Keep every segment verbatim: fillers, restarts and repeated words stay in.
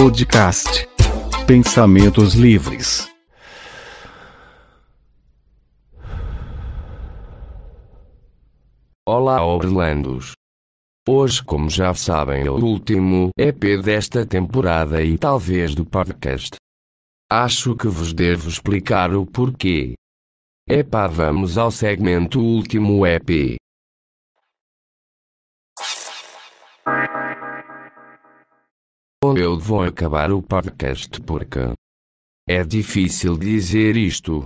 Podcast Pensamentos Livres. Olá, Orlandos. Hoje, como já sabem, é o último E P desta temporada e talvez do podcast. Acho que vos devo explicar o porquê. Epá, vamos ao segmento último E P. Onde eu vou acabar o podcast porque é difícil dizer isto.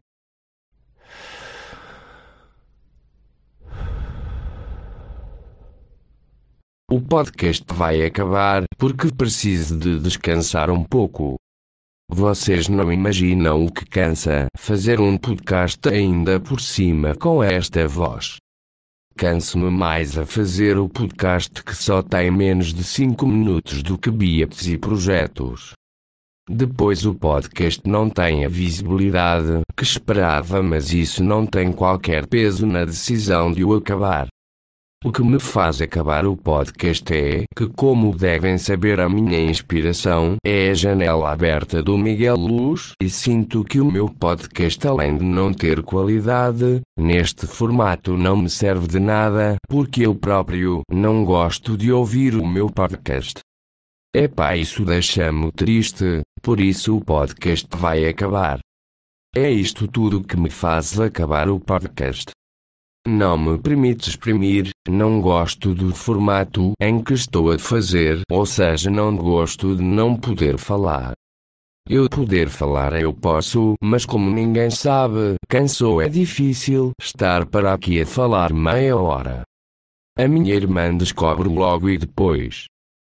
O podcast vai acabar porque preciso de descansar um pouco. Vocês não imaginam o que cansa fazer um podcast ainda por cima com esta voz. Canso-me mais a fazer o podcast que só tem menos de cinco minutos do que beats e projetos. Depois o podcast não tem a visibilidade que esperava, mas isso não tem qualquer peso na decisão de o acabar. O que me faz acabar o podcast é que, como devem saber, a minha inspiração é a janela aberta do Miguel Luz, e sinto que o meu podcast, além de não ter qualidade, neste formato não me serve de nada, porque eu próprio não gosto de ouvir o meu podcast. Epá, isso deixa-me triste, por isso o podcast vai acabar. É isto tudo que me faz acabar o podcast. Não me permite exprimir, não gosto do formato em que estou a fazer, ou seja, não gosto de não poder falar. Eu poder falar eu posso, mas como ninguém sabe quem sou, é difícil estar para aqui a falar meia hora. A minha irmã descobre logo e depois.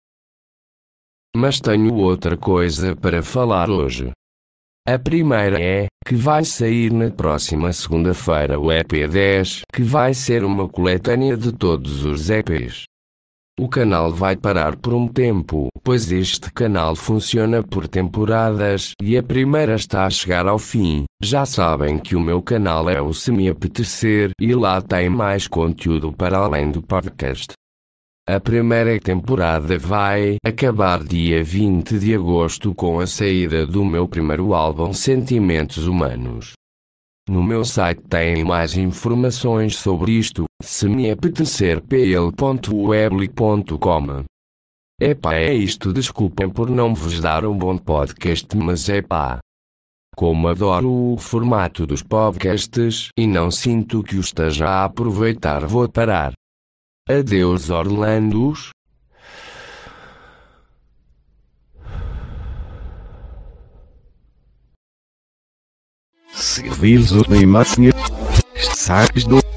Mas tenho outra coisa para falar hoje. A primeira é que vai sair na próxima segunda-feira o E P dez, que vai ser uma coletânea de todos os E Ps. O canal vai parar por um tempo, pois este canal funciona por temporadas, e a primeira está a chegar ao fim. Já sabem que o meu canal é o Se Me Apetecer, e lá tem mais conteúdo para além do podcast. A primeira temporada vai acabar dia vinte de agosto com a saída do meu primeiro álbum Sentimentos Humanos. No meu site tem mais informações sobre isto, se me apetecer p l ponto weebly ponto com. Epá, é isto, desculpem por não vos dar um bom podcast, mas epá. Como adoro o formato dos podcasts e não sinto que o esteja a aproveitar, vou parar. Adeus, Orlandos. Serviço de imagens. Saques do